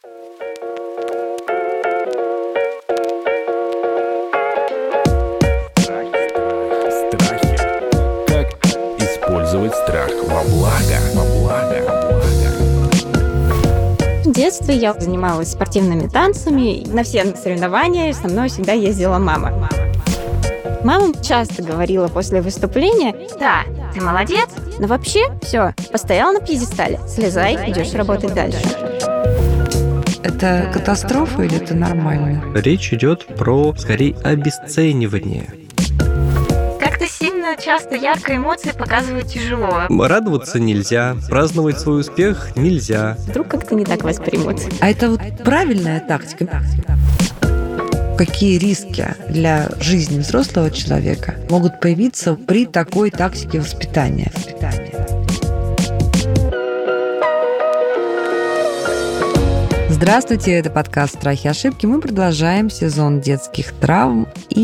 Страхи. Как использовать страх во благо? В детстве я занималась спортивными танцами. На все соревнования со мной всегда ездила мама. Мама часто говорила после выступления: «Да, ты молодец, но вообще все, постоял на пьедестале, слезай, идешь работать дальше». Это катастрофа или это нормально? Речь идет про, скорее, обесценивание. Как-то сильно, часто ярко эмоции показывать тяжело. Радоваться нельзя, праздновать свой успех нельзя. Вдруг как-то не так воспримут. А это вот правильная тактика? Какие риски для жизни взрослого человека могут появиться при такой тактике воспитания? Здравствуйте, это подкаст «Страхи и ошибки». Мы продолжаем сезон детских травм.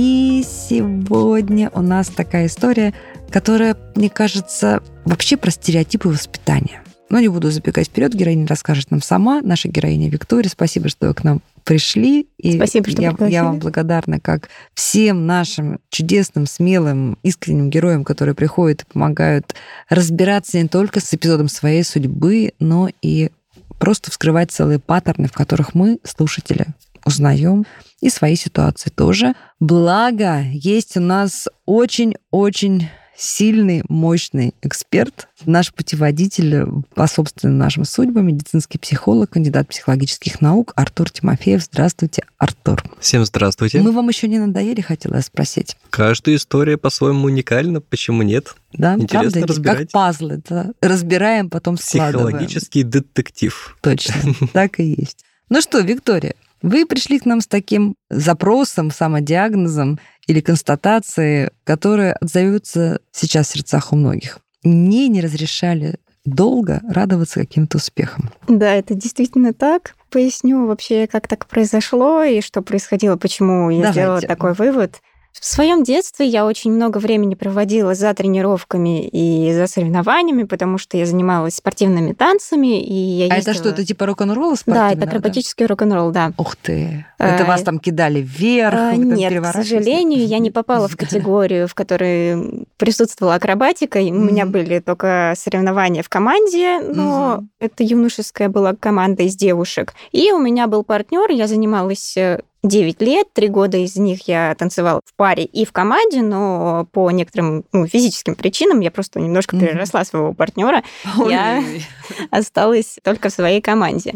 И сегодня у нас такая история, которая, мне кажется, вообще про стереотипы воспитания. Но не буду забегать вперед, героиня расскажет нам сама. Наша героиня Виктория. Спасибо, что вы к нам пришли. И спасибо, что пригласили. Я вам благодарна, как всем нашим чудесным, смелым, искренним героям, которые приходят и помогают разбираться не только с эпизодом своей судьбы, но и просто вскрывать целые паттерны, в которых мы, слушатели, узнаем и свои ситуации тоже. Благо, есть у нас очень-очень сильный, мощный эксперт, наш путеводитель по собственным нашим судьбам, медицинский психолог, кандидат психологических наук Артур Тимофеев. Здравствуйте, Артур. Всем здравствуйте. Мы вам еще не надоели, хотела я спросить. Каждая история по-своему уникальна, почему нет? Да, интересно правда? разбирать. Как пазлы, да? Разбираем, потом складываем. Психологический детектив. Точно, так и есть. Ну что, Виктория, вы пришли к нам с таким запросом, самодиагнозом или констатацией, которая отзовется сейчас в сердцах у многих. Мне не разрешали долго радоваться каким-то успехам. Да, это действительно так. Поясню вообще, как так произошло и что происходило, почему я сделала такой вывод. В своем детстве я очень много времени проводила за тренировками и за соревнованиями, потому что я занималась спортивными танцами, и я ездила... А это что, это типа рок-н-ролла спортивный? Да, это акробатический рок-н-ролл, да. Ух ты! Это вас там кидали вверх? Нет, к сожалению, я не попала в категорию, в которой присутствовала акробатика. У меня были только соревнования в команде, но это юношеская была команда из девушек. И у меня был партнер, я занималась 9 лет, 3 года из них я танцевала в паре и в команде, но по некоторым физическим причинам я просто немножко переросла своего партнера. Я осталась только в своей команде.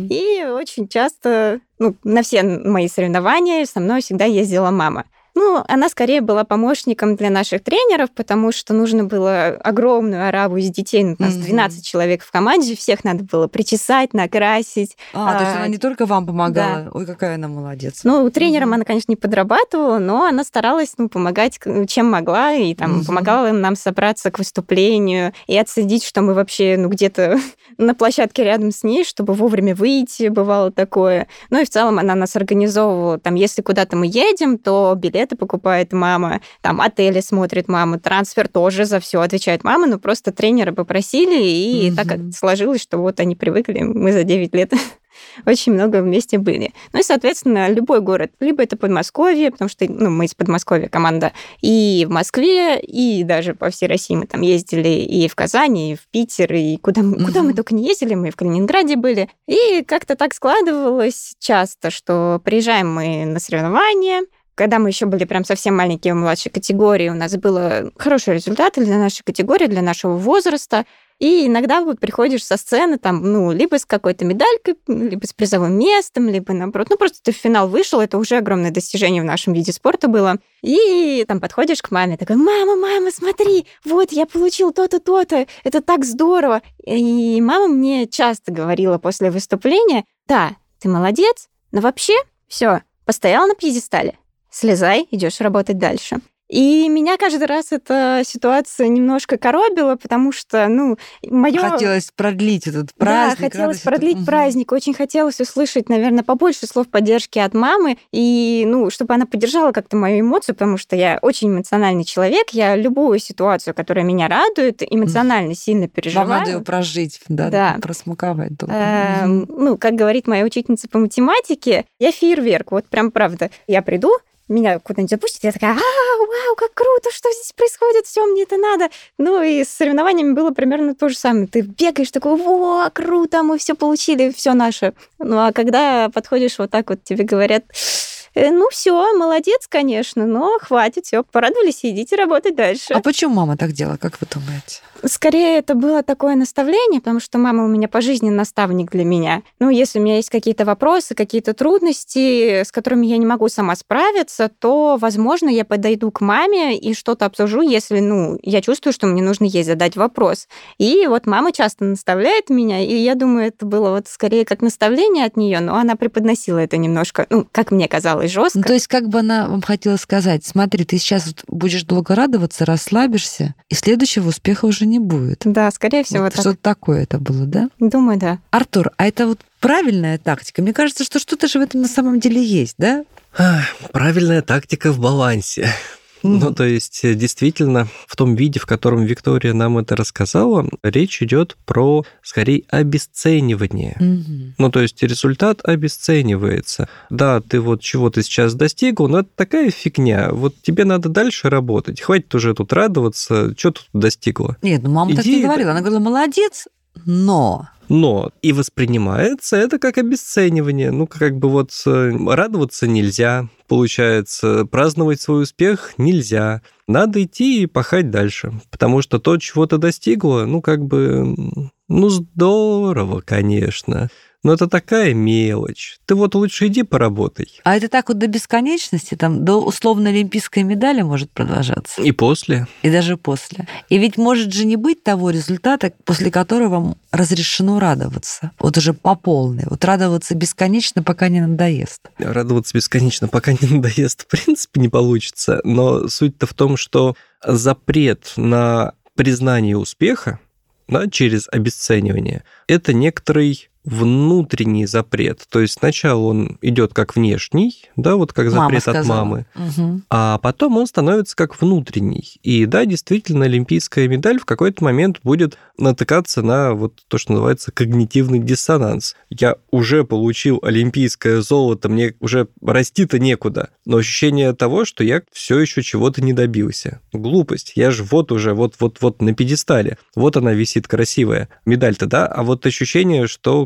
И очень часто, на все мои соревнования со мной всегда ездила мама. Она скорее была помощником для наших тренеров, потому что нужно было огромную ораву из детей, у нас 12 человек в команде, всех надо было причесать, накрасить. То есть она не только вам помогала, да. Ой, какая она молодец. Тренером она, конечно, не подрабатывала, но она старалась помогать, чем могла, и помогала нам собраться к выступлению и отследить, что мы вообще где-то на площадке рядом с ней, чтобы вовремя выйти, бывало такое. И в целом она нас организовывала, если куда-то мы едем, то билеты покупает мама, отели смотрит мама, трансфер тоже за все отвечает мама, но просто тренера попросили, и так как сложилось, что они привыкли, мы за 9 лет очень много вместе были. И, соответственно, любой город, либо это Подмосковье, потому что мы из Подмосковья команда, и в Москве, и даже по всей России мы там ездили и в Казани, и в Питер, и куда мы только не ездили, мы и в Калининграде были. И как-то так складывалось часто, что приезжаем мы на соревнования. Когда мы еще были прям совсем маленькие в младшей категории, у нас было хорошие результаты для нашей категории, для нашего возраста. И иногда приходишь со сцены, либо с какой-то медалькой, либо с призовым местом, либо наоборот. Просто ты в финал вышел, это уже огромное достижение в нашем виде спорта было. И подходишь к маме, такой: мама, смотри, вот я получил то-то, то-то, это так здорово. И мама мне часто говорила после выступления: да, ты молодец, но вообще все, постоял на пьедестале, слезай, идешь работать дальше. И меня каждый раз эта ситуация немножко коробила, потому что, моё... Хотелось продлить этот праздник. Да, хотелось продлить праздник. Очень хотелось услышать, наверное, побольше слов поддержки от мамы, и, чтобы она поддержала как-то мою эмоцию, потому что я очень эмоциональный человек, я любую ситуацию, которая меня радует, эмоционально сильно переживаю. Вам надо ее прожить, да. Просмаковать долго. Как говорит моя учительница по математике, я фейерверк. Вот прям правда. Я приду, меня куда-нибудь запустят, я такая: вау, как круто, что здесь происходит, все, мне это надо. И с соревнованиями было примерно то же самое. Ты бегаешь такой: во, круто, мы все получили, все наше. А когда подходишь вот так вот, тебе говорят: все, молодец, конечно, но хватит, все, порадовались, идите работать дальше. А почему мама так делала, как вы думаете? Скорее, это было такое наставление, потому что мама у меня по жизни наставник для меня. Если у меня есть какие-то вопросы, какие-то трудности, с которыми я не могу сама справиться, то, возможно, я подойду к маме и что-то обсужу, если, я чувствую, что мне нужно ей задать вопрос. И вот мама часто наставляет меня, и я думаю, это было вот скорее как наставление от нее, но она преподносила это немножко, как мне казалось, жестко. То есть как бы она вам хотела сказать: смотри, ты сейчас будешь долго радоваться, расслабишься, и следующего успеха уже не будет. Да, скорее всего, так. Что-то такое это было, да? Думаю, да. Артур, а это вот правильная тактика? Мне кажется, что что-то же в этом на самом деле есть, да? Правильная тактика в балансе. То есть, действительно, в том виде, в котором Виктория нам это рассказала, речь идет про, скорее, обесценивание. То есть, результат обесценивается. Да, ты вот чего-то сейчас достигл, но это такая фигня. Вот тебе надо дальше работать. Хватит уже тут радоваться. Что тут достигла? Нет, мама так не говорила. Она говорила: молодец, но и воспринимается это как обесценивание. Радоваться нельзя, получается, праздновать свой успех нельзя. Надо идти и пахать дальше, потому что то, чего ты достигла, здорово, конечно. Но это такая мелочь. Ты вот лучше иди поработай. А это так вот до бесконечности, до условно олимпийской медали может продолжаться? И после. И даже после. И ведь может же не быть того результата, после которого вам разрешено радоваться. Вот уже по полной. Вот радоваться бесконечно, пока не надоест. Радоваться бесконечно, пока не надоест, в принципе, не получится. Но суть-то в том, что запрет на признание успеха, через обесценивание, это некоторый внутренний запрет. То есть сначала он идет как внешний, как запрет от мамы, а потом он становится как внутренний. И действительно, олимпийская медаль в какой-то момент будет натыкаться на то, что называется когнитивный диссонанс. Я уже получил олимпийское золото, мне уже расти-то некуда, но ощущение того, что я все еще чего-то не добился. Глупость. Я же уже на пьедестале. Вот она висит красивая. Медаль-то, да? А вот ощущение, что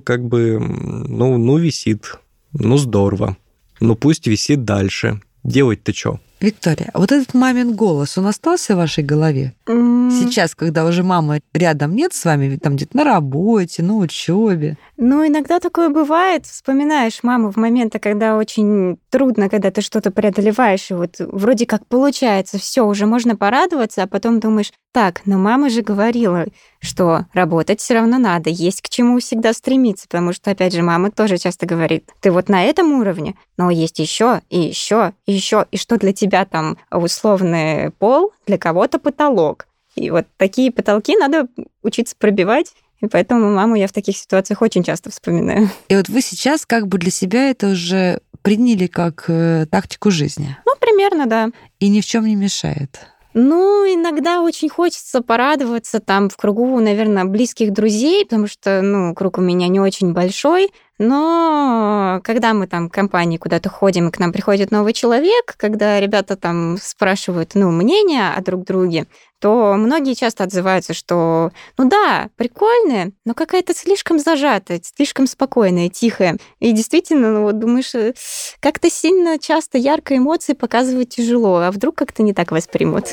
висит. Здорово. Пусть висит дальше. Делать-то что? Виктория, вот этот мамин голос, он остался в вашей голове? Сейчас, когда уже мамы рядом нет с вами, где-то на работе, на учебе. Иногда такое бывает. Вспоминаешь маму в моменты, когда очень трудно, когда ты что-то преодолеваешь, и вроде как получается, все, уже можно порадоваться, а потом думаешь: так, но мама же говорила, что работать все равно надо, есть к чему всегда стремиться, потому что, опять же, мама тоже часто говорит: ты вот на этом уровне, но есть еще, и еще, и еще, и что для тебя там условный пол, для кого-то потолок. И вот такие потолки надо учиться пробивать. И поэтому маму я в таких ситуациях очень часто вспоминаю. И вот вы сейчас как бы для себя это уже приняли как тактику жизни? Примерно, да. И ни в чем не мешает? Иногда очень хочется порадоваться в кругу, наверное, близких друзей, потому что, круг у меня не очень большой. Но когда мы компанией куда-то ходим, и к нам приходит новый человек, когда ребята спрашивают, мнение о друг друге, то многие часто отзываются, что, да, прикольная, но какая-то слишком зажатая, слишком спокойная, тихая. И действительно, думаешь, как-то сильно часто ярко эмоции показывать тяжело, а вдруг как-то не так воспримут.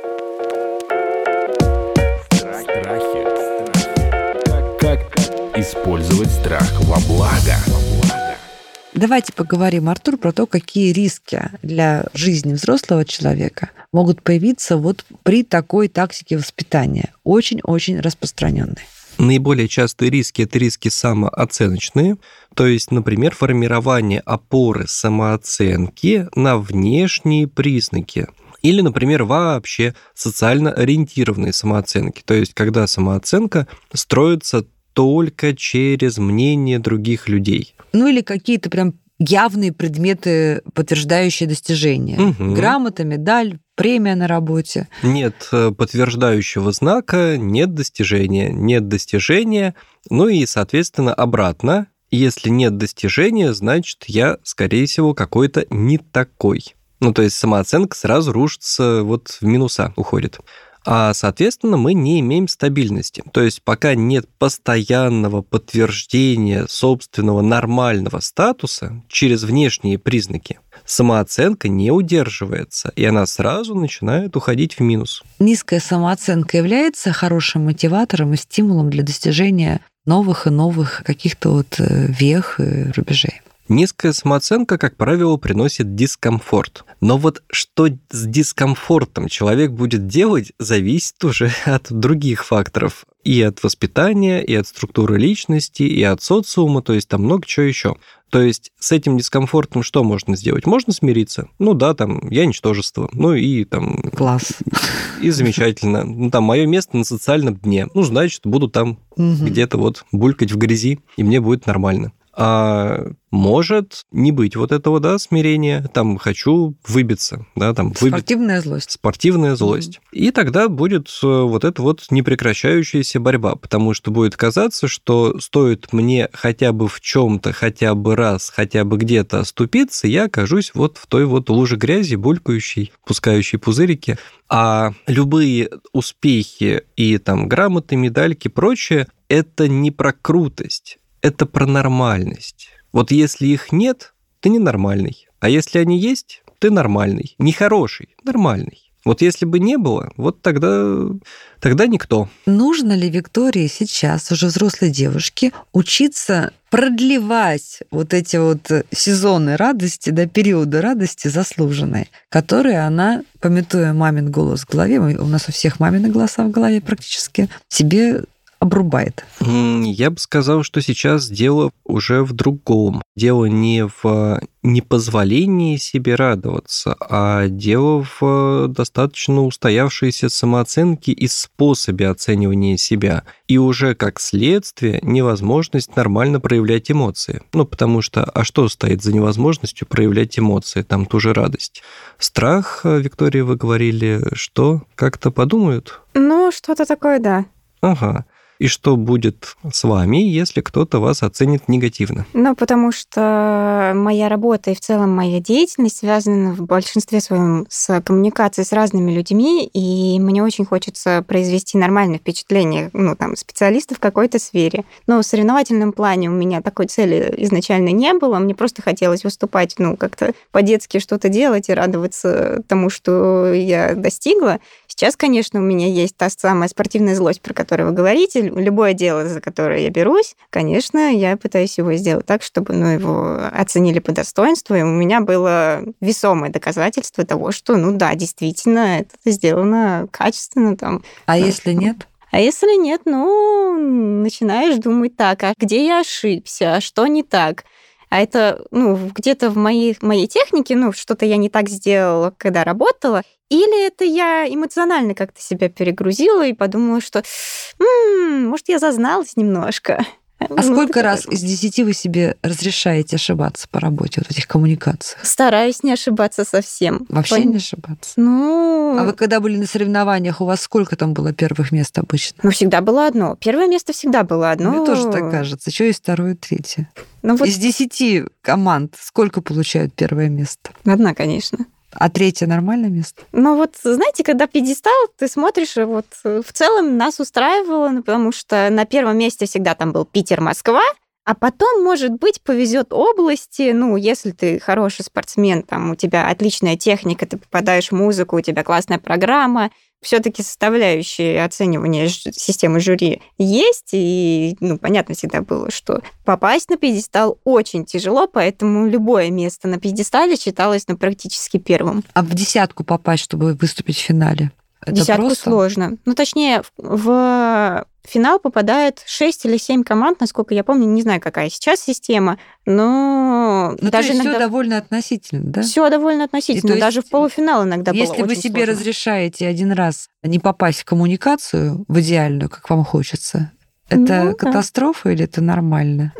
Как использовать страх во благо? Давайте поговорим, Артур, про то, какие риски для жизни взрослого человека могут появиться при такой тактике воспитания, очень-очень распространенной. Наиболее частые риски – это риски самооценочные, то есть, например, формирование опоры самооценки на внешние признаки. Или, например, вообще социально ориентированные самооценки. То есть, когда самооценка строится только через мнение других людей. Ну или какие-то прям явные предметы, подтверждающие достижения. Угу. Грамота, медаль, премия на работе. Нет подтверждающего знака, нет достижения. Нет достижения, ну и, соответственно, обратно. Если нет достижения, значит, я, скорее всего, какой-то не такой. Ну, то есть самооценка сразу рушится, вот в минуса уходит. А, соответственно, мы не имеем стабильности. То есть пока нет постоянного подтверждения собственного нормального статуса через внешние признаки, самооценка не удерживается, и она сразу начинает уходить в минус. Низкая самооценка является хорошим мотиватором и стимулом для достижения новых и новых каких-то вот вех и рубежей. Низкая самооценка, как правило, приносит дискомфорт. Но вот что с дискомфортом человек будет делать, зависит уже от других факторов. И от воспитания, и от структуры личности, и от социума, то есть там много чего еще. То есть с этим дискомфортом что можно сделать? Можно смириться. Ну да, там, я ничтожество. Ну и там... Класс. И замечательно. Ну там, мое место на социальном дне. Ну, значит, буду там где-то вот булькать в грязи, и мне будет нормально. А может не быть вот этого, да, смирения, там, хочу выбиться, да, там, Спортивная злость. Спортивная злость. И тогда будет вот эта вот непрекращающаяся борьба, потому что будет казаться, что стоит мне хотя бы в чем-то, хотя бы раз, хотя бы где-то оступиться, я окажусь вот в той вот луже грязи, булькающей, пускающей пузырики. А любые успехи и там грамоты, медальки, прочее, это не про крутость. Это про нормальность. Вот если их нет, ты ненормальный. А если они есть, ты нормальный. Не хороший, нормальный. Вот если бы не было, вот тогда никто. Нужно ли Виктории сейчас, уже взрослой девушке, учиться продлевать вот эти вот сезоны радости, до периода радости заслуженной, которые она, памятуя мамин голос в голове, у нас у всех мамины голоса в голове практически, себе обрубает? Я бы сказал, что сейчас дело уже в другом. Дело не в непозволении себе радоваться, а дело в достаточно устоявшейся самооценке и способе оценивания себя. И уже как следствие невозможность нормально проявлять эмоции. Ну, потому что, а что стоит за невозможностью проявлять эмоции? Там ту же радость. Страх, Виктория, вы говорили, что как-то подумают? Ну, что-то такое, да. Ага. И что будет с вами, если кто-то вас оценит негативно? Ну, потому что моя работа и в целом моя деятельность связана в большинстве своем с коммуникацией с разными людьми, и мне очень хочется произвести нормальное впечатление, ну, там, специалиста в какой-то сфере. Но в соревновательном плане у меня такой цели изначально не было, мне просто хотелось выступать, ну, как-то по-детски что-то делать и радоваться тому, что я достигла. Сейчас, конечно, у меня есть та самая спортивная злость, про которую вы говорите. Любое дело, за которое я берусь, конечно, я пытаюсь его сделать так, чтобы его оценили по достоинству, и у меня было весомое доказательство того, что, ну да, действительно, это сделано качественно. Там. А если нет? А если нет, ну, начинаешь думать так, а где я ошибся, а что не так? А это, ну, где-то в моей технике, ну, что-то я не так сделала, когда работала, или это я эмоционально как-то себя перегрузила и подумала, что, может, я зазналась немножко. А сколько раз из 10 вы себе разрешаете ошибаться по работе, вот в этих коммуникациях? Стараюсь не ошибаться совсем. Вообще не ошибаться? Ну... А вы когда были на соревнованиях, у вас сколько там было первых мест обычно? Ну, всегда было одно. Первое место всегда было одно. Мне тоже так кажется. Еще есть второе, третье. Ну, вот... Из 10 команд сколько получают первое место? Одна, конечно. А третье нормальное место? Ну вот, знаете, когда пьедестал, ты смотришь, и вот в целом нас устраивало, ну, потому что на первом месте всегда там был Питер, Москва, а потом, может быть, повезет области, ну, если ты хороший спортсмен, там, у тебя отличная техника, ты попадаешь в музыку, у тебя классная программа, все-таки составляющие оценивания системы жюри есть, и, ну, понятно всегда было, что попасть на пьедестал очень тяжело, поэтому любое место на пьедестале считалось, ну, практически первым. А в десятку попасть, чтобы выступить в финале? Это Десятку просто? сложно. Ну, точнее, в В финал попадает 6 или 7 команд, насколько я помню, не знаю, какая сейчас система, но даже иногда... все довольно относительно, да? Все довольно относительно, есть, даже в полуфинал иногда было если очень вы себе сложно. разрешаете один раз не попасть в коммуникацию, в идеальную, как вам хочется, это катастрофа или это нормально?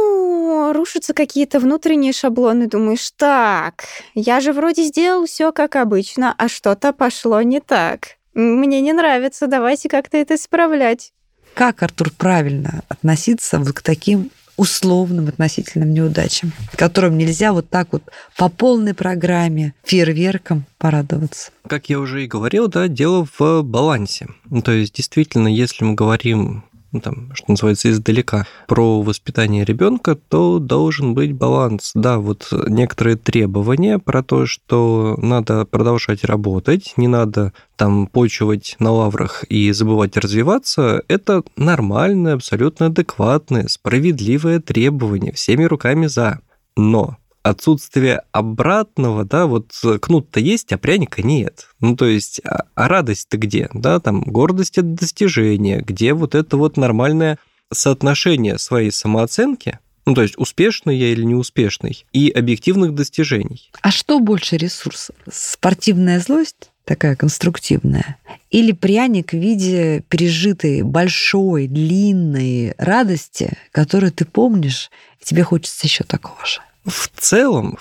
Рушатся какие-то внутренние шаблоны. Думаешь, так, я же вроде сделал все как обычно, а что-то пошло не так. Мне не нравится, давайте как-то это исправлять. Как, Артур, правильно относиться вот к таким условным относительным неудачам, которым нельзя вот так вот по полной программе, фейерверком порадоваться? Как я уже и говорил, да, дело в балансе. То есть, действительно, если мы говорим, что называется, издалека, про воспитание ребенка, то должен быть баланс. Да, вот некоторые требования про то, что надо продолжать работать, не надо почивать на лаврах и забывать развиваться, это нормальное, абсолютно адекватное, справедливое требование, всеми руками за. Но отсутствие обратного, да, вот кнут-то есть, а пряника нет. То есть, а радость-то где? Да, гордость от достижения, где вот это вот нормальное соотношение своей самооценки, то есть успешный я или неуспешный, и объективных достижений. А что больше ресурсов? Спортивная злость, такая конструктивная, или пряник в виде пережитой большой, длинной радости, которую ты помнишь, и тебе хочется еще такого же? В целом,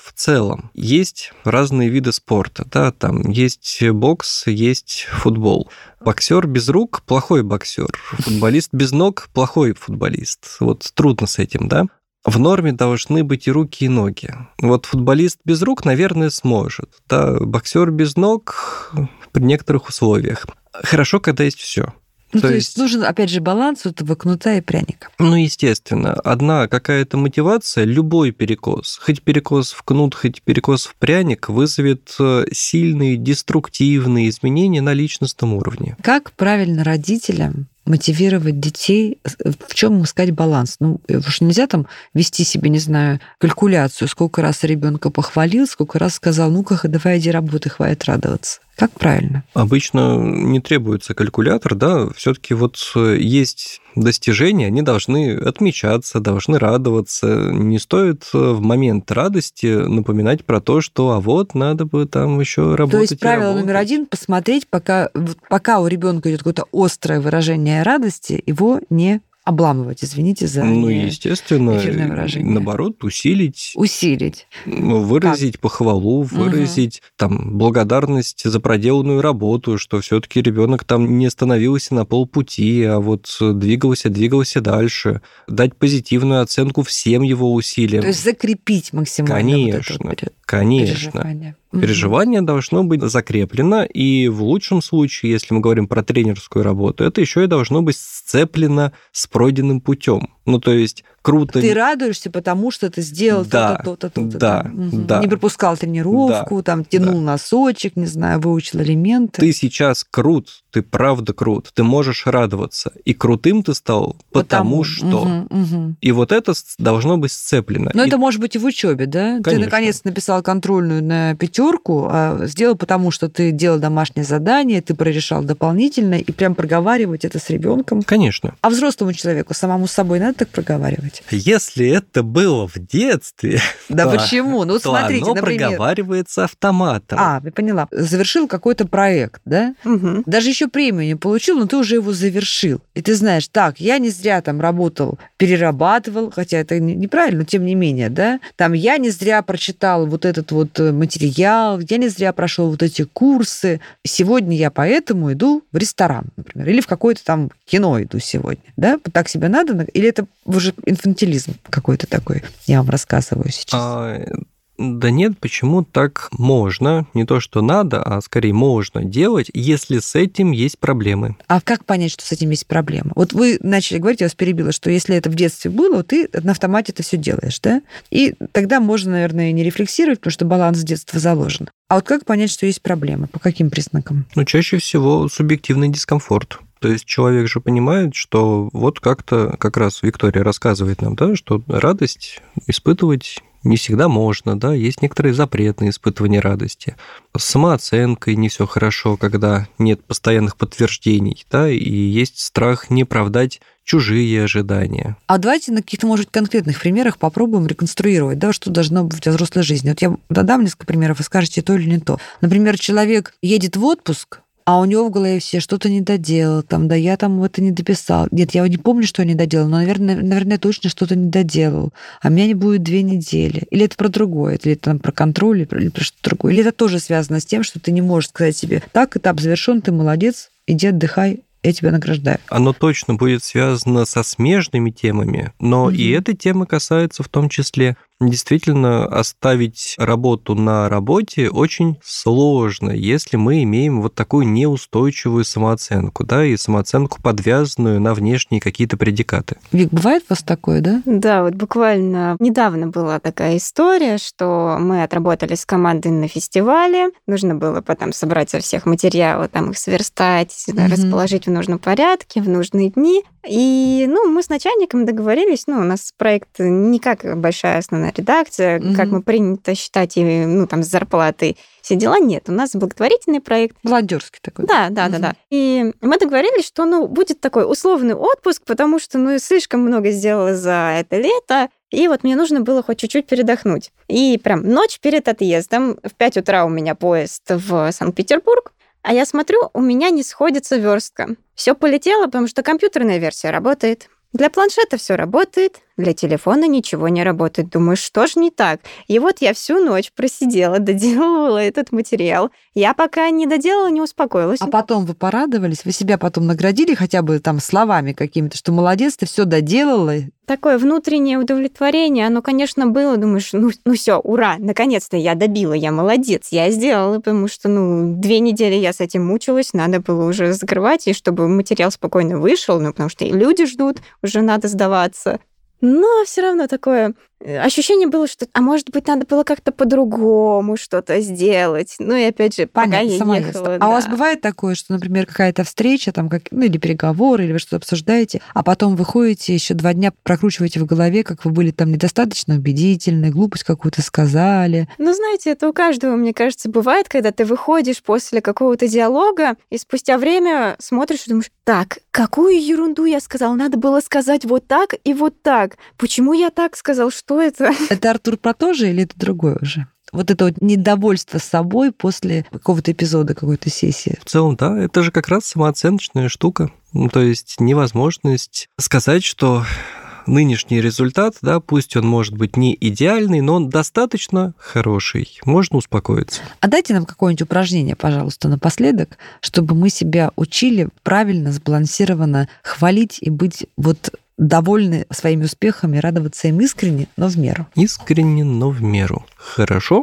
есть разные виды спорта. Да? Есть бокс, есть футбол. Боксер без рук – плохой боксер. Футболист без ног – плохой футболист. Вот трудно с этим, да? В норме должны быть и руки, и ноги. Вот футболист без рук, наверное, сможет. Да? Боксер без ног при некоторых условиях. Хорошо, когда есть все. То есть нужен, опять же, баланс этого кнута и пряника. Естественно. Одна какая-то мотивация, любой перекос, хоть перекос в кнут, хоть перекос в пряник, вызовет сильные деструктивные изменения на личностном уровне. Как правильно родителям мотивировать детей, в чем искать баланс? Потому что нельзя вести себе, не знаю, калькуляцию, сколько раз ребенка похвалил, сколько раз сказал, ну-ка, давай иди работай, хватит радоваться. Как правильно? Обычно не требуется калькулятор, да, все-таки вот есть достижения, они должны отмечаться, должны радоваться. Не стоит в момент радости напоминать про то, что вот надо бы еще работать. То есть правило номер 1 – посмотреть, пока у ребенка идет какое-то острое выражение радости, его не обламывать, извините за естественно, эфирное выражение. Наоборот, усилить. Выразить похвалу, выразить благодарность за проделанную работу, что все-таки ребенок не остановился на полпути, а вот двигался дальше. Дать позитивную оценку всем его усилиям. То есть закрепить максимально. Конечно. Переживание должно быть закреплено, и в лучшем случае, если мы говорим про тренерскую работу, это еще и должно быть сцеплено с пройденным путем. То есть круто. Ты радуешься, потому что ты сделал то-то. Да. Не пропускал тренировку, тянул носочек, не знаю, выучил элементы. Ты сейчас крут, ты правда крут, ты можешь радоваться. И крутым ты стал, потому что. И вот это должно быть сцеплено. Но это может быть и в учебе, да? Конечно. Ты наконец написал контрольную на 5, а сделал потому, что ты делал домашнее задание, ты прорешал дополнительно, и прям проговаривать это с ребенком. Конечно. А взрослому человеку самому с собой надо так проговаривать? Если это было в детстве, да почему? Смотрите, оно например, проговаривается автоматом. Я поняла. Завершил какой-то проект, да? Угу. Даже еще премию не получил, но ты уже его завершил. И ты знаешь, я не зря работал, перерабатывал, хотя это неправильно, но тем не менее, да? Я не зря прочитал вот этот вот материал, я не зря прошел вот эти курсы. Сегодня я поэтому иду в ресторан, например, или в какое-то кино иду сегодня, да? Так себе надо? Или это уже инфантилизм какой-то такой? Я вам рассказываю сейчас. Да нет, почему так можно? Не то, что надо, а скорее можно делать, если с этим есть проблемы. А как понять, что с этим есть проблема? Вот вы начали говорить, я вас перебила, что если это в детстве было, ты на автомате это все делаешь, да? И тогда можно, наверное, не рефлексировать, потому что баланс с детства заложен. А вот как понять, что есть проблема? По каким признакам? Чаще всего субъективный дискомфорт. То есть человек же понимает, что вот как раз Виктория рассказывает нам, да, что радость испытывать не всегда можно, да, есть некоторые запреты на испытывание радости. С самооценкой не все хорошо, когда нет постоянных подтверждений, да, и есть страх не оправдать чужие ожидания. А давайте на каких-то, может, конкретных примерах попробуем реконструировать, да, что должно быть во взрослой жизни. Вот я додам несколько примеров, вы скажете, то или не то. Например, человек едет в отпуск, а у него в голове все что-то не доделал, там, да я там это не дописал. Нет, я не помню, что я не доделал, но, наверное, точно что-то не доделал. А меня не будет 2 недели. Или это про другое, или это там про контроль, или про что-то другое. Или это тоже связано с тем, что ты не можешь сказать себе, так, этап завершен, ты молодец, иди отдыхай, я тебя награждаю. Оно точно будет связано со смежными темами, но и эта тема касается в том числе действительно оставить работу на работе очень сложно, если мы имеем вот такую неустойчивую самооценку, да, и самооценку, подвязанную на внешние какие-то предикаты. Вик, бывает у вас такое, да? Да, вот буквально недавно была такая история, что мы отработали с командой на фестивале, нужно было потом собрать со всех материалы, там их сверстать, расположить в нужном порядке, в нужные дни. И, мы с начальником договорились, у нас проект не как большая основная редакция, как мы принято считать, и, там, с зарплатой все дела. Нет, у нас благотворительный проект. Волонтерский такой. Да. И мы договорились, что, будет такой условный отпуск, потому что, слишком много сделала за это лето, и вот мне нужно было хоть чуть-чуть передохнуть. И прям ночь перед отъездом, в 5 утра у меня поезд в Санкт-Петербург, а я смотрю, у меня не сходится верстка. Все полетело, потому что компьютерная версия работает. Для планшета все работает, для телефона ничего не работает. Думаю, что ж не так? И вот я всю ночь просидела, доделывала этот материал. Я пока не доделала, не успокоилась. А потом вы порадовались? Вы себя потом наградили хотя бы там словами какими-то, что молодец, ты все доделала? Такое внутреннее удовлетворение, оно, конечно, было. Думаешь, все, ура, наконец-то я добила, я молодец, я сделала, потому что, 2 недели я с этим мучилась, надо было уже закрывать, и чтобы материал спокойно вышел, потому что и люди ждут, уже надо сдаваться. Но все равно такое ощущение было, что, может быть, надо было как-то по-другому что-то сделать. И опять же, пока я ехала. А у вас бывает такое, что, например, какая-то встреча, там, или переговоры, или вы что-то обсуждаете, а потом вы ходите, еще 2 дня прокручиваете в голове, как вы были там недостаточно убедительны, глупость какую-то сказали? Знаете, это у каждого, мне кажется, бывает, когда ты выходишь после какого-то диалога, и спустя время смотришь и думаешь, так, какую ерунду я сказал? Надо было сказать вот так и вот так. Почему я так сказал? Что это? Это Артур про то же или это другое уже? Вот это вот недовольство собой после какого-то эпизода, какой-то сессии. В целом, да, это же как раз самооценочная штука. То есть невозможность сказать, что нынешний результат, да, пусть он может быть не идеальный, но он достаточно хороший. Можно успокоиться. А дайте нам какое-нибудь упражнение, пожалуйста, напоследок, чтобы мы себя учили правильно, сбалансированно хвалить и быть довольны своими успехами, радоваться им искренне, но в меру. Искренне, но в меру. Хорошо.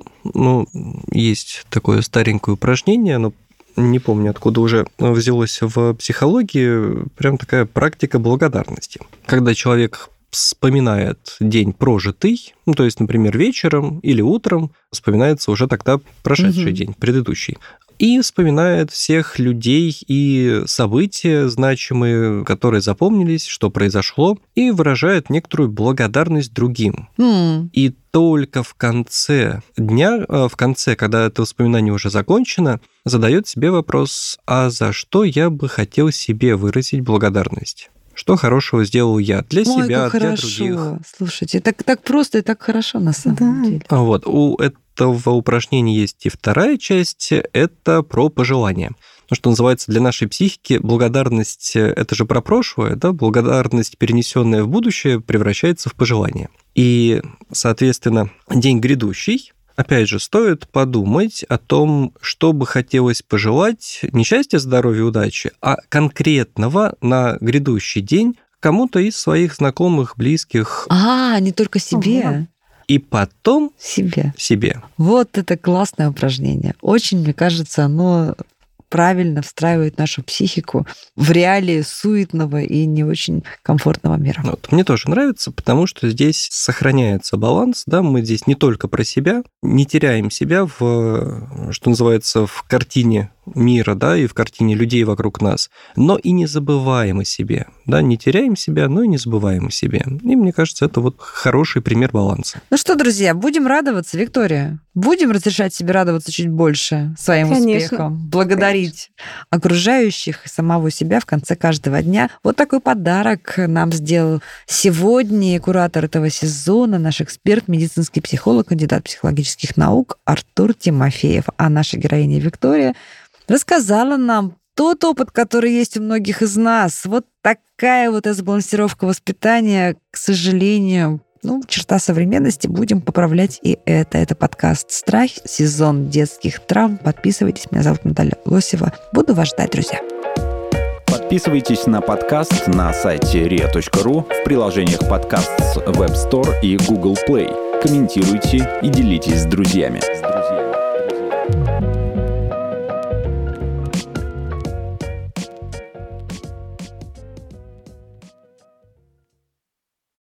Есть такое старенькое упражнение, оно не помню, откуда уже взялось в психологии, прям такая практика благодарности. Когда человек вспоминает день прожитый, то есть, например, вечером или утром, вспоминается уже тогда прошедший день, предыдущий. И вспоминает всех людей и события значимые, которые запомнились, что произошло, и выражает некоторую благодарность другим. И только в конце дня, когда это воспоминание уже закончено, задает себе вопрос, а за что я бы хотел себе выразить благодарность? Что хорошего сделал я для себя, для других? Слушайте, так просто и так хорошо на самом деле. У этого упражнения есть и вторая часть, это про пожелания. Что называется, для нашей психики благодарность – это же про прошлое, да? Благодарность, перенесенная в будущее, превращается в пожелание. И, соответственно, день грядущий, опять же, стоит подумать о том, что бы хотелось пожелать не счастья, здоровья, удачи, а конкретного на грядущий день кому-то из своих знакомых, близких. Не только себе. И потом себе. Вот это классное упражнение. Очень, мне кажется, оно правильно встраивает нашу психику в реалии суетного и не очень комфортного мира. Мне тоже нравится, потому что здесь сохраняется баланс, да, мы здесь не только про себя, не теряем себя что называется, в картине мира, да, и в картине людей вокруг нас, но и не забываем о себе, да, не теряем себя, но и не забываем о себе. И мне кажется, это вот хороший пример баланса. Ну что, друзья, будем радоваться, Виктория. Будем разрешать себе радоваться чуть больше своим успехам, благодарить окружающих и самого себя в конце каждого дня. Вот такой подарок нам сделал сегодня куратор этого сезона, наш эксперт, медицинский психолог, кандидат психологических наук Артур Тимофеев. А наша героиня Виктория рассказала нам тот опыт, который есть у многих из нас. Вот такая вот разбалансировка воспитания, к сожалению, черта современности. Будем поправлять и это. Это подкаст «Страх», сезон детских травм. Подписывайтесь. Меня зовут Наталья Лосева. Буду вас ждать, друзья. Подписывайтесь на подкаст на сайте ria.ru, в приложениях подкаст с Web Store и Google Play. Комментируйте и делитесь с друзьями.